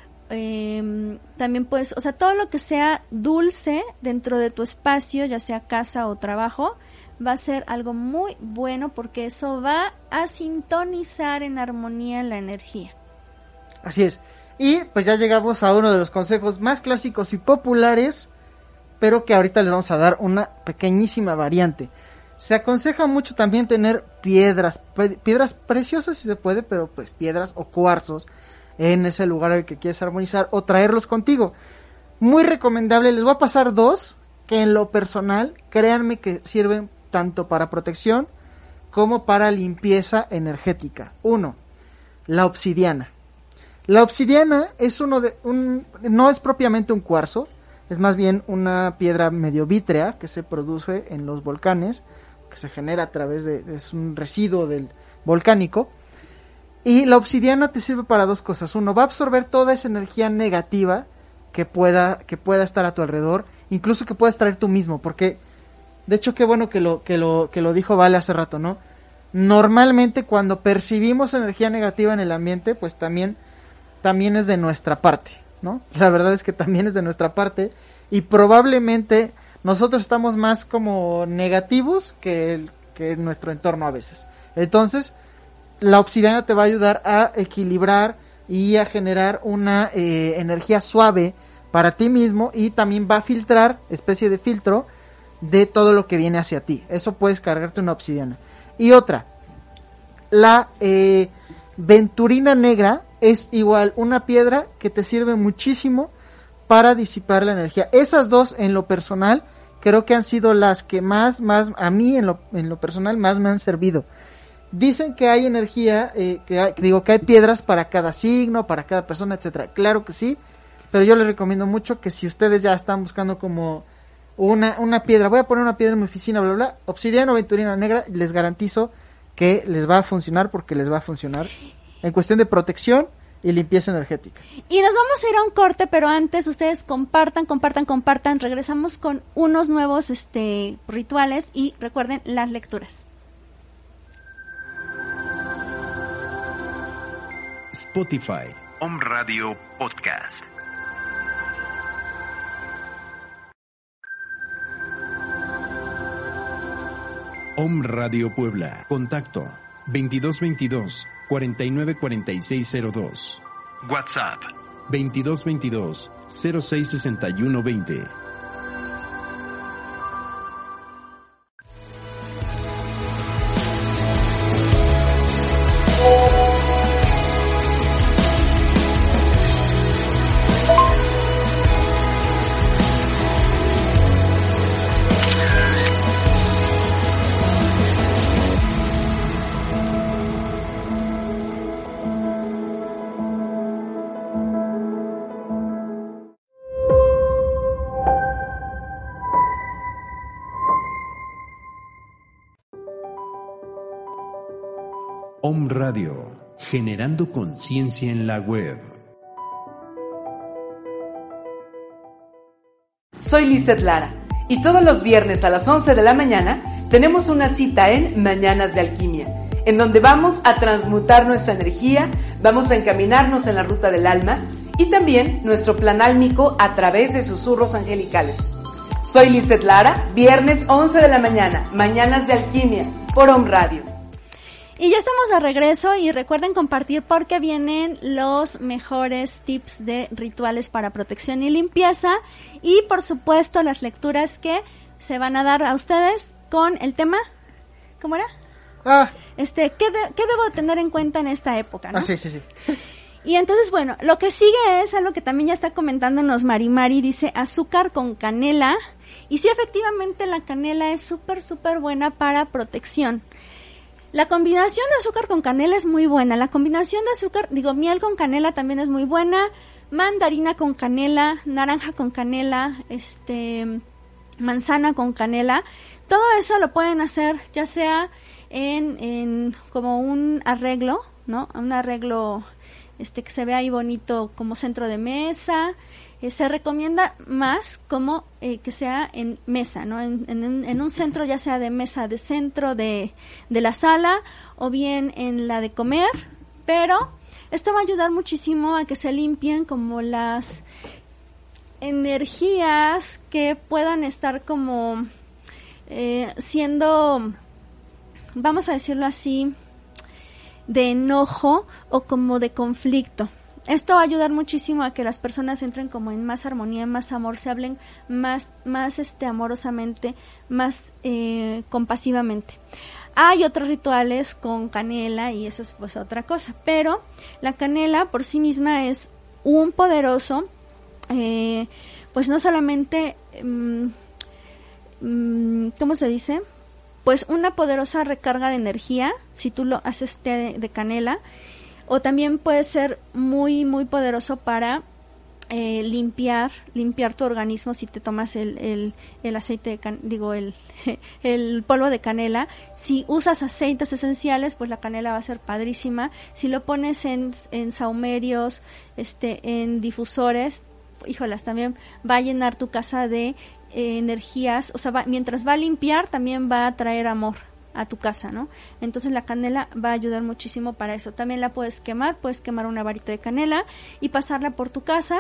Eh, también puedes, o sea, todo lo que sea dulce dentro de tu espacio, ya sea casa o trabajo, va a ser algo muy bueno porque eso va a sintonizar en armonía la energía. Así es. Y pues ya llegamos a uno de los consejos más clásicos y populares, pero que ahorita les vamos a dar una pequeñísima variante. Se aconseja mucho también tener piedras, pre- piedras preciosas si se puede, pero pues piedras o cuarzos en ese lugar al que quieres armonizar o traerlos contigo. Muy recomendable, les voy a pasar dos que en lo personal, créanme que sirven tanto para protección como para limpieza energética. Uno, la obsidiana. La obsidiana es uno de un no es propiamente un cuarzo, es más bien una piedra medio vítrea que se produce en los volcanes, que se genera a través de es un residuo del volcánico. Y la obsidiana te sirve para dos cosas. Uno, va a absorber toda esa energía negativa que pueda, que pueda estar a tu alrededor, incluso que puedas traer tú mismo, porque de hecho qué bueno que lo, que lo, que lo dijo Vale hace rato, ¿no? Normalmente cuando percibimos energía negativa en el ambiente, pues también, también es de nuestra parte, ¿no? La verdad es que también es de nuestra parte, y probablemente nosotros estamos más como negativos que, el, que nuestro entorno a veces. Entonces, la obsidiana te va a ayudar a equilibrar y a generar una eh, energía suave para ti mismo, y también va a filtrar, especie de filtro, de todo lo que viene hacia ti. Eso puedes cargarte una obsidiana. Y otra, la eh, venturina negra es igual una piedra que te sirve muchísimo para disipar la energía. Esas dos, en lo personal, creo que han sido las que más, más, a mí en lo, en lo personal, más me han servido. Dicen que hay energía, eh, que hay, digo que hay piedras para cada signo, para cada persona, etcétera. Claro que sí, pero yo les recomiendo mucho que si ustedes ya están buscando como una, una piedra, voy a poner una piedra en mi oficina, bla, bla, bla, obsidiana o venturina negra, les garantizo que les va a funcionar, porque les va a funcionar en cuestión de protección y limpieza energética. Y nos vamos a ir a un corte, pero antes ustedes compartan, compartan, compartan. Regresamos con unos nuevos este rituales y recuerden las lecturas. Spotify, Om Radio Podcast. Om Radio Puebla. Contacto veintidós veintidós, cuarenta y nueve cuarenta y seis cero dos. WhatsApp veintidós veintidós, cero seis sesenta y uno veinte. Om Radio, generando conciencia en la web. Soy Lizeth Lara, y todos los viernes a las once de la mañana tenemos una cita en Mañanas de Alquimia, en donde vamos a transmutar nuestra energía, vamos a encaminarnos en la ruta del alma y también nuestro plan álmico a través de susurros angelicales. Soy Lizeth Lara, viernes once de la mañana, Mañanas de Alquimia, por Om Radio. Y ya estamos de regreso, y recuerden compartir porque vienen los mejores tips de rituales para protección y limpieza, y por supuesto las lecturas que se van a dar a ustedes con el tema, ¿cómo era? Ah. Este, ¿qué, de, qué debo tener en cuenta en esta época, ¿no? Ah, sí, sí, sí. Y entonces, bueno, lo que sigue es algo que también ya está comentándonos Mari Mari, dice azúcar con canela, y sí, efectivamente la canela es súper, súper buena para protección. La combinación de azúcar con canela es muy buena. La combinación de azúcar, digo, miel con canela también es muy buena. Mandarina con canela, naranja con canela, este, manzana con canela. Todo eso lo pueden hacer ya sea en, en como un arreglo, ¿no? Un arreglo este que se vea ahí bonito como centro de mesa. Eh, se recomienda más como eh, que sea en mesa, ¿no? En, en, en un centro, ya sea de mesa de centro de, de la sala o bien en la de comer, pero esto va a ayudar muchísimo a que se limpien como las energías que puedan estar como eh, siendo, vamos a decirlo así, de enojo o como de conflicto. Esto va a ayudar muchísimo a que las personas entren como en más armonía, más amor, se hablen más, más este amorosamente, más eh, compasivamente. Hay otros rituales con canela y eso es pues otra cosa, pero la canela por sí misma es un poderoso, eh, pues no solamente, um, um, ¿cómo se dice? Pues una poderosa recarga de energía, si tú lo haces té de, de canela, o también puede ser muy, muy poderoso para eh, limpiar, limpiar tu organismo si te tomas el, el, el aceite de can, digo, el, el polvo de canela. Si usas aceites esenciales, pues la canela va a ser padrísima. Si lo pones en, en saumerios, este, en difusores, híjolas, también va a llenar tu casa de eh, energías, o sea, va, mientras va a limpiar, también va a traer amor a tu casa, ¿no? Entonces la canela va a ayudar muchísimo para eso. También la puedes quemar, puedes quemar una varita de canela y pasarla por tu casa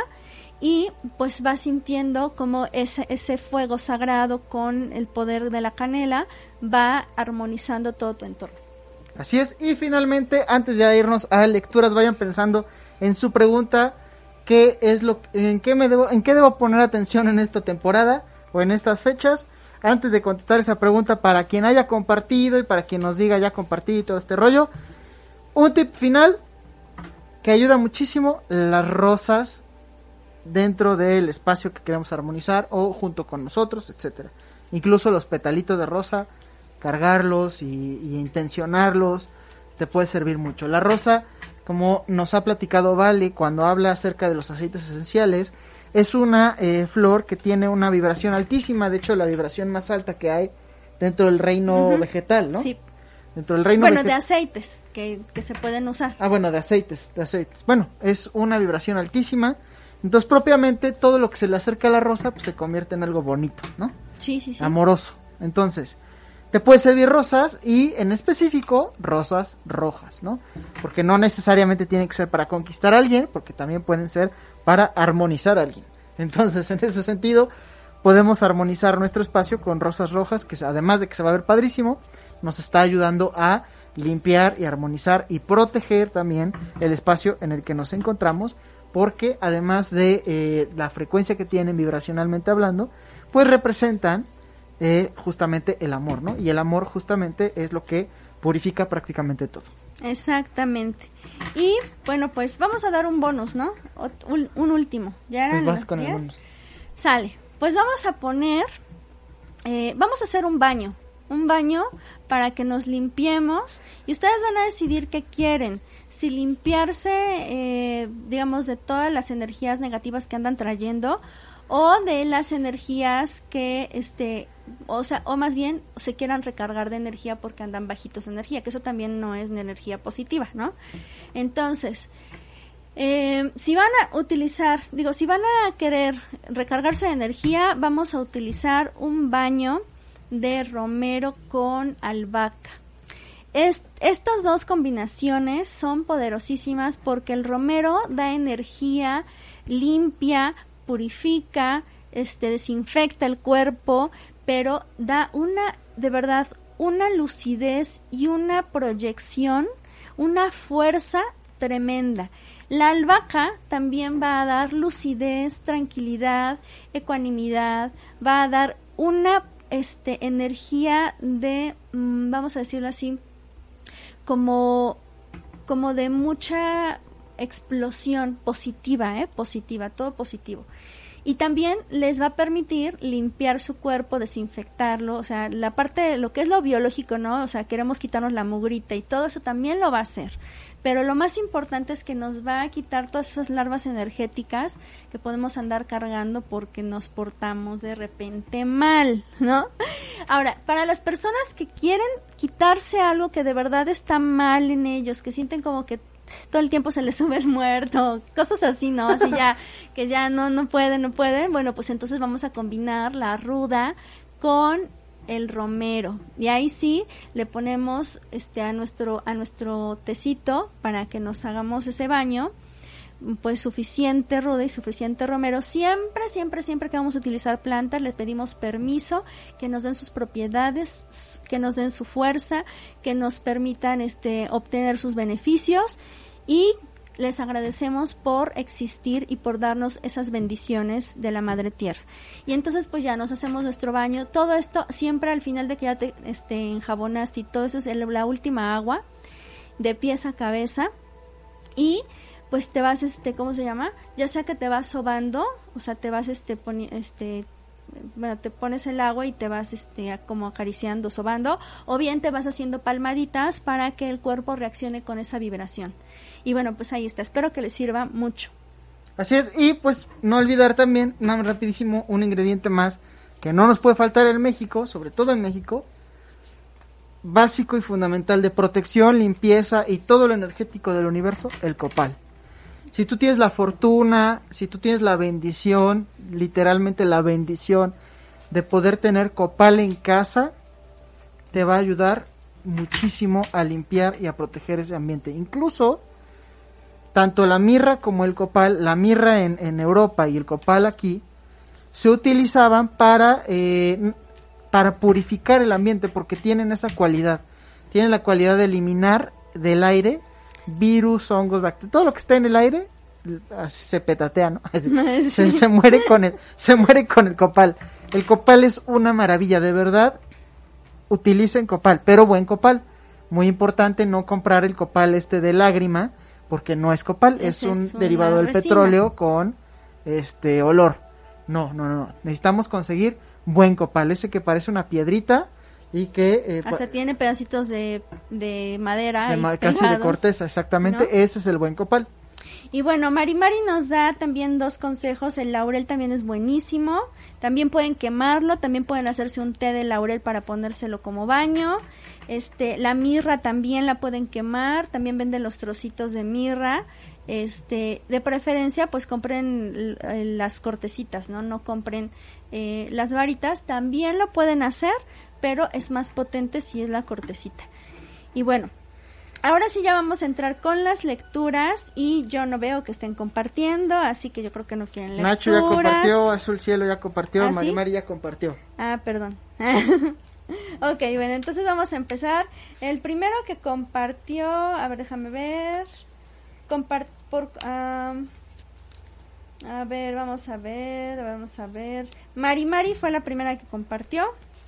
y pues vas sintiendo como ese, ese fuego sagrado con el poder de la canela va armonizando todo tu entorno. Así es, y finalmente, antes de irnos a lecturas, vayan pensando en su pregunta, qué es lo, en qué me debo, en qué debo poner atención en esta temporada o en estas fechas. Antes de contestar esa pregunta, para quien haya compartido y para quien nos diga ya compartí y todo este rollo, un tip final que ayuda muchísimo: las rosas dentro del espacio que queremos armonizar o junto con nosotros, etcétera. Incluso los petalitos de rosa, cargarlos y, y intencionarlos te puede servir mucho. La rosa, como nos ha platicado Vale cuando habla acerca de los aceites esenciales, es una eh, flor que tiene una vibración altísima, de hecho la vibración más alta que hay dentro del reino uh-huh. vegetal, ¿no? Sí. Dentro del reino bueno, veget- de aceites que, que se pueden usar. Ah, bueno, de aceites, de aceites. Bueno, es una vibración altísima, entonces propiamente todo lo que se le acerca a la rosa pues se convierte en algo bonito, ¿no? Sí, sí, sí. Amoroso. Entonces, te puede servir rosas y en específico rosas rojas, ¿no? Porque no necesariamente tienen que ser para conquistar a alguien, porque también pueden ser para armonizar a alguien. Entonces, en ese sentido, podemos armonizar nuestro espacio con rosas rojas, que además de que se va a ver padrísimo, nos está ayudando a limpiar y armonizar y proteger también el espacio en el que nos encontramos, porque además de eh, la frecuencia que tienen vibracionalmente hablando, pues representan eh, justamente el amor, ¿no? Y el amor justamente es lo que purifica prácticamente todo. Exactamente. Y bueno, pues vamos a dar un bonus, ¿no? Ot- un, un último. Ya eran Pues vas las con el diez. bonus. Sale. Pues vamos a poner, eh, vamos a hacer un baño. Un baño para que nos limpiemos y ustedes van a decidir qué quieren. Si limpiarse, eh, digamos, de todas las energías negativas que andan trayendo o de las energías que, este, o sea, o más bien se quieran recargar de energía porque andan bajitos de energía, que eso también no es de energía positiva, ¿no? Entonces, eh, si van a utilizar, digo, si van a querer recargarse de energía, vamos a utilizar un baño de romero con albahaca. Es, estas dos combinaciones son poderosísimas porque el romero da energía, limpia, purifica, este, desinfecta el cuerpo, pero da una, de verdad, una lucidez y una proyección, una fuerza tremenda. La albahaca también va a dar lucidez, tranquilidad, ecuanimidad, va a dar una este energía de, mmm, vamos a decirlo así, como, como de mucha explosión positiva, ¿eh? Positiva, todo positivo. Y también les va a permitir limpiar su cuerpo, desinfectarlo, o sea, la parte de lo que es lo biológico, ¿no? O sea, queremos quitarnos la mugrita y todo eso también lo va a hacer. Pero lo más importante es que nos va a quitar todas esas larvas energéticas que podemos andar cargando porque nos portamos de repente mal, ¿no? Ahora, para las personas que quieren quitarse algo que de verdad está mal en ellos, que sienten como que todo el tiempo se les sube el muerto, cosas así, ¿no? Así ya, que ya no, no pueden, no pueden. Bueno, pues entonces vamos a combinar la ruda con el romero. Y ahí sí le ponemos este a nuestro, a nuestro tecito para que nos hagamos ese baño. Pues suficiente ruda y suficiente romero. Siempre, siempre, siempre que vamos a utilizar plantas, les pedimos permiso, que nos den sus propiedades, que nos den su fuerza, que nos permitan este obtener sus beneficios y les agradecemos por existir y por darnos esas bendiciones de la Madre Tierra. Y entonces pues ya nos hacemos nuestro baño. Todo esto siempre al final de que ya te este, enjabonaste y todo eso es el, la última agua, de pies a cabeza. Y pues te vas, este, ¿cómo se llama? Ya sea que te vas sobando, o sea, te vas, este, poni- este, bueno, te pones el agua y te vas, este, como acariciando, sobando, o bien te vas haciendo palmaditas para que el cuerpo reaccione con esa vibración. Y bueno, pues ahí está. Espero que les sirva mucho. Así es, y pues no olvidar también, nada más rapidísimo, un ingrediente más que no nos puede faltar en México, sobre todo en México, básico y fundamental de protección, limpieza y todo lo energético del universo, el copal. Si tú tienes la fortuna, si tú tienes la bendición, literalmente la bendición de poder tener copal en casa, te va a ayudar muchísimo a limpiar y a proteger ese ambiente. Incluso, tanto la mirra como el copal, la mirra en, en Europa y el copal aquí, se utilizaban para, eh, para purificar el ambiente porque tienen esa cualidad. Tienen la cualidad de eliminar del aire virus, hongos, bacterias, todo lo que está en el aire se petatea, ¿no? Sí. se, se muere con el, se muere con el copal. El copal es una maravilla, de verdad. Utilicen copal, pero buen copal. Muy importante no comprar el copal este de lágrima, porque no es copal, es, es un derivado del resina. Petróleo con este olor. No, no, no. Necesitamos conseguir buen copal, ese que parece una piedrita y que eh, hasta tiene pedacitos de, de madera de ma- casi de corteza, exactamente, ¿no? Ese es el buen copal. Y bueno, Mari Mari nos da también dos consejos. El laurel también es buenísimo. También pueden quemarlo, también pueden hacerse un té de laurel para ponérselo como baño. Este, la mirra también la pueden quemar, también venden los trocitos de mirra. Este, de preferencia, pues compren l- las cortecitas, ¿no? No compren eh, las varitas. También lo pueden hacer, pero es más potente si es la cortecita. Y bueno, ahora sí ya vamos a entrar con las lecturas y yo no veo que estén compartiendo, así que yo creo que no quieren lecturas. Nacho ya compartió, Azul Cielo ya compartió, ¿Ah, Mari sí? Mari ya compartió. Ah, perdón. Ok, bueno, entonces vamos a empezar. El primero que compartió, a ver, déjame ver. Compart por um, a ver, vamos a ver, vamos a ver. Mari Mari fue la primera que compartió.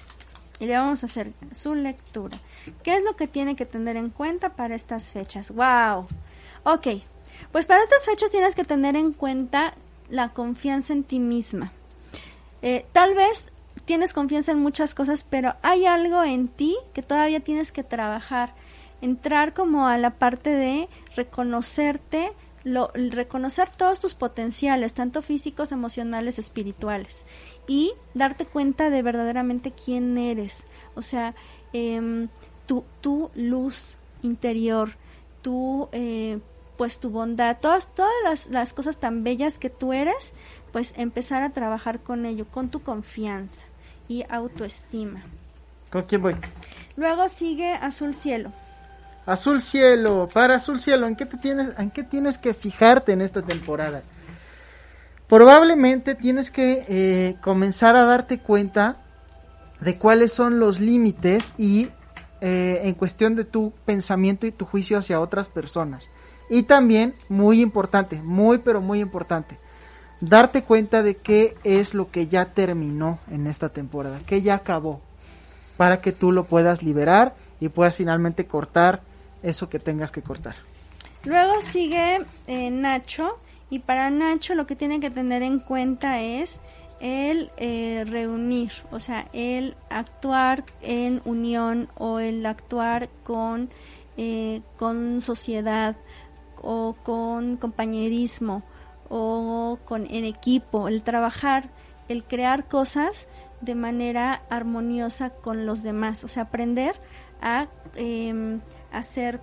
Y le vamos a hacer su lectura. ¿Qué es lo que tiene que tener en cuenta para estas fechas? ¡Wow! Ok, pues para estas fechas tienes que tener en cuenta la confianza en ti misma. Eh, tal vez tienes confianza en muchas cosas, pero hay algo en ti que todavía tienes que trabajar. Entrar como a la parte de reconocerte, lo, reconocer todos tus potenciales, tanto físicos, emocionales, espirituales. Y darte cuenta de verdaderamente quién eres, o sea, eh, tu, tu luz interior, tu, eh, pues tu bondad, todas, todas las, las cosas tan bellas que tú eres, pues empezar a trabajar con ello, con tu confianza y autoestima. ¿Con quién voy? Luego sigue Azul Cielo. Azul Cielo, para Azul Cielo, ¿en qué te tienes, en qué tienes que fijarte en esta temporada? Probablemente tienes que eh, comenzar a darte cuenta de cuáles son los límites y eh, en cuestión de tu pensamiento y tu juicio hacia otras personas. Y también, muy importante, muy pero muy importante, darte cuenta de qué es lo que ya terminó en esta temporada, que ya acabó, para que tú lo puedas liberar y puedas finalmente cortar eso que tengas que cortar. Luego sigue eh, Nacho. Y para Nacho lo que tiene que tener en cuenta es el eh, reunir, o sea, el actuar en unión o el actuar con, eh, con sociedad o con compañerismo o con en equipo, el trabajar, el crear cosas de manera armoniosa con los demás, o sea, aprender a, eh, a ser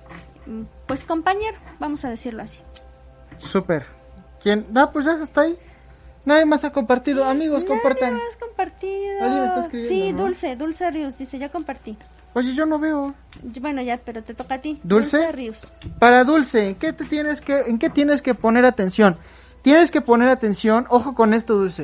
pues compañero, vamos a decirlo así. Súper. ¿Quién? No, pues ya está ahí. Nadie más ha compartido. Amigos, Nadie compartan. más compartido. ¿Alguien está escribiendo? Sí, ¿no? Dulce, Dulce Ríos, dice, ya compartí. Oye, yo no veo. Bueno, ya, pero te toca a ti. ¿Dulce? Dulce Ríos. Para Dulce, ¿en qué te tienes que, en qué tienes que poner atención? Tienes que poner atención, ojo con esto, Dulce.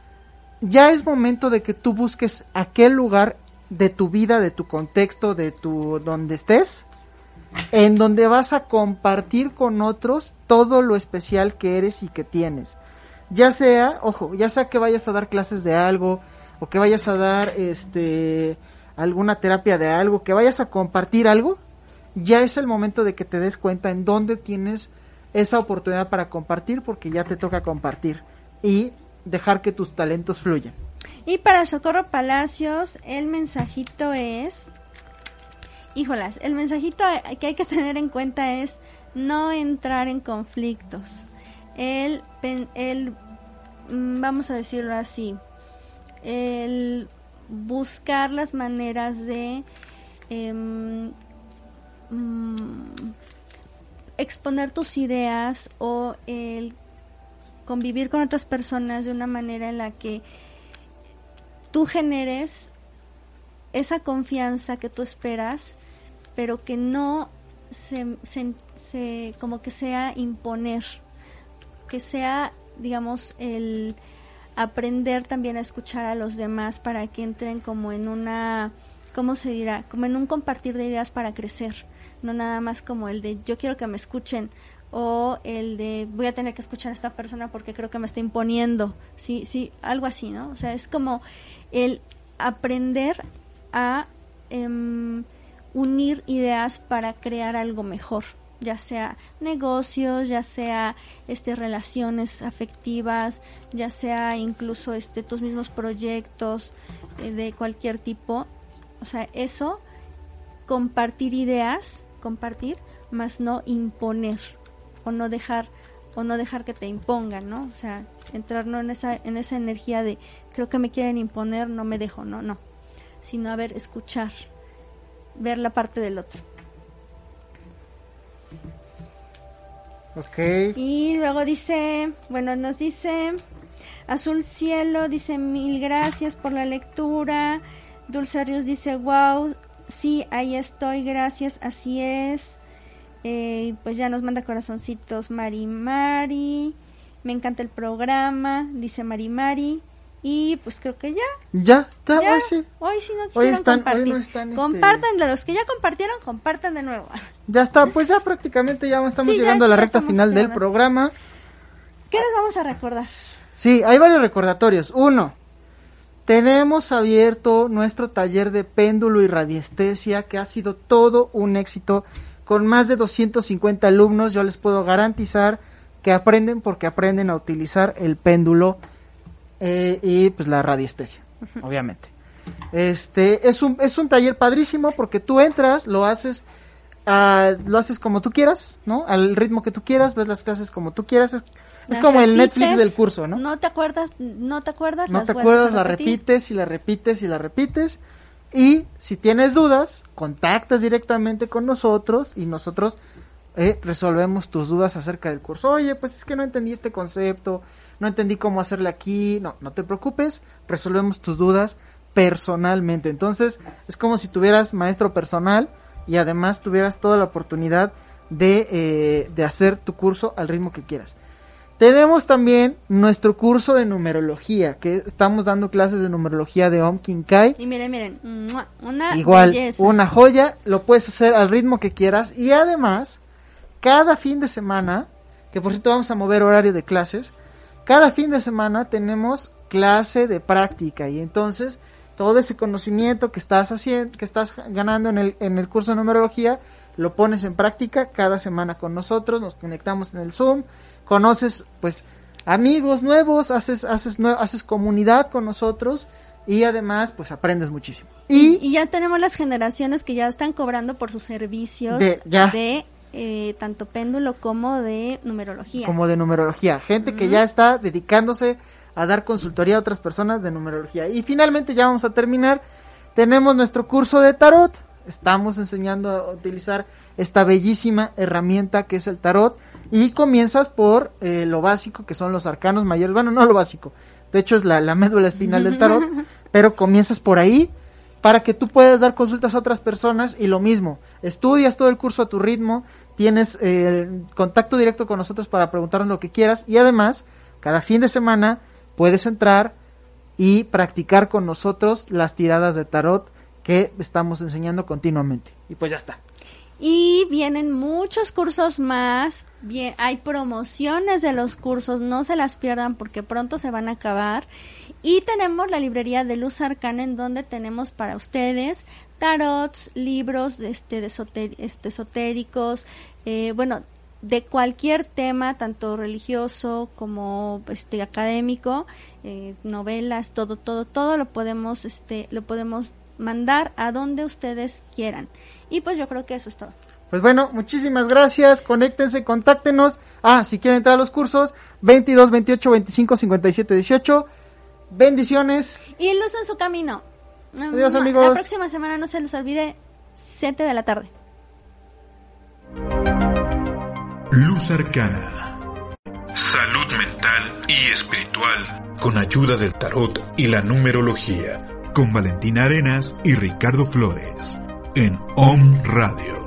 Ya es momento de que tú busques aquel lugar de tu vida, de tu contexto, de tu donde estés, en donde vas a compartir con otros todo lo especial que eres y que tienes. Ya sea, ojo, ya sea que vayas a dar clases de algo, o que vayas a dar este alguna terapia de algo, que vayas a compartir algo, ya es el momento de que te des cuenta en dónde tienes esa oportunidad para compartir, porque ya te toca compartir y dejar que tus talentos fluyan. Y para Socorro Palacios, el mensajito es... Híjolas, el mensajito que hay que tener en cuenta es no entrar en conflictos. El, el vamos a decirlo así, el buscar las maneras de eh, exponer tus ideas o el convivir con otras personas de una manera en la que tú generes esa confianza que tú esperas, pero que no se, se, se como que sea imponer, que sea, digamos, el aprender también a escuchar a los demás para que entren como en una, ¿cómo se dirá? Como en un compartir de ideas para crecer, no nada más como el de yo quiero que me escuchen o el de voy a tener que escuchar a esta persona porque creo que me está imponiendo, sí, sí, algo así, ¿no? O sea, es como el aprender a um, unir ideas para crear algo mejor, ya sea negocios, ya sea este relaciones afectivas, ya sea incluso este tus mismos proyectos eh, de cualquier tipo. O sea, eso, compartir ideas, compartir, más no imponer o no dejar o no dejar que te impongan, ¿no? O sea, entrar no en esa en esa energía de creo que me quieren imponer, no me dejo, no, no, sino a ver, escuchar, ver la parte del otro. Ok. Y luego dice, bueno, nos dice Azul Cielo, dice mil gracias por la lectura. Dulce Ríos dice wow, sí, ahí estoy, gracias, así es. Eh, pues ya nos manda corazoncitos Mari Mari, me encanta el programa, dice Mari Mari. Y pues creo que ya. Ya, ya, ya hoy sí. Hoy sí no quisieron Hoy están, compartir. hoy no están, Compartan, este... de los que ya compartieron, compartan de nuevo. Ya está, pues ya prácticamente ya estamos Sí, ya llegando a la recta estamos final del llegando. programa. ¿Qué les vamos a recordar? Sí, hay varios recordatorios. Uno, tenemos abierto nuestro taller de péndulo y radiestesia, que ha sido todo un éxito, con más de doscientos cincuenta alumnos. Yo les puedo garantizar que aprenden porque aprenden a utilizar el péndulo eh, y pues la radiestesia, uh-huh. obviamente. Este es un es un taller padrísimo porque tú entras, lo haces uh, lo haces como tú quieras, ¿no? Al ritmo que tú quieras, ves las clases como tú quieras. Es, es como el Netflix del curso, ¿no? No te acuerdas, no te acuerdas, no las te vuelves acuerdas, a la repetir. repites y la repites y la repites. Y si tienes dudas, contactas directamente con nosotros y nosotros eh, resolvemos tus dudas acerca del curso. Oye, pues es que no entendí este concepto, no entendí cómo hacerle aquí. No, no te preocupes, resolvemos tus dudas personalmente. Entonces es como si tuvieras maestro personal y además tuvieras toda la oportunidad de, eh, de hacer tu curso al ritmo que quieras. Tenemos también nuestro curso de numerología, que estamos dando clases de numerología de Om Kinkai. Y miren, miren, una igual, belleza. Una joya, lo puedes hacer al ritmo que quieras. Y además, cada fin de semana, que por cierto vamos a mover horario de clases, cada fin de semana tenemos clase de práctica. Y entonces, todo ese conocimiento que estás haciendo, que estás ganando en el, en el curso de numerología, lo pones en práctica cada semana con nosotros, nos conectamos en el Zoom, conoces pues amigos nuevos, haces haces nue- haces comunidad con nosotros y además pues aprendes muchísimo. Y, y ya tenemos las generaciones que ya están cobrando por sus servicios de, ya, de eh, tanto péndulo como de numerología. Como de numerología, gente uh-huh. que ya está dedicándose a dar consultoría a otras personas de numerología. Y finalmente ya vamos a terminar, tenemos nuestro curso de tarot. Estamos enseñando a utilizar esta bellísima herramienta que es el tarot y comienzas por eh, lo básico que son los arcanos mayores, bueno, no lo básico, de hecho es la, la médula espinal del tarot, pero comienzas por ahí para que tú puedas dar consultas a otras personas y lo mismo, estudias todo el curso a tu ritmo, tienes eh, contacto directo con nosotros para preguntarnos lo que quieras y además cada fin de semana puedes entrar y practicar con nosotros las tiradas de tarot que estamos enseñando continuamente. Y pues ya está. Y vienen muchos cursos más, bien, hay promociones de los cursos, no se las pierdan porque pronto se van a acabar. Y tenemos la librería de Luz Arcana en donde tenemos para ustedes tarots, libros este, de esoter- este, esotéricos, eh, bueno, de cualquier tema, tanto religioso como este académico, eh, novelas, todo, todo, todo lo podemos, este, lo podemos mandar a donde ustedes quieran. Y pues yo creo que eso es todo. Pues bueno, muchísimas gracias, conéctense, contáctenos. Ah, si quieren entrar a los cursos, veintidós, veintiocho, veinticinco, cincuenta y siete, dieciocho. Bendiciones. Y luz en su camino. Adiós, amigos. La próxima semana no se les olvide, siete de la tarde. Luz Arcana. Salud mental y espiritual con ayuda del tarot y la numerología. Con Valentina Arenas y Ricardo Flores. En Om Radio.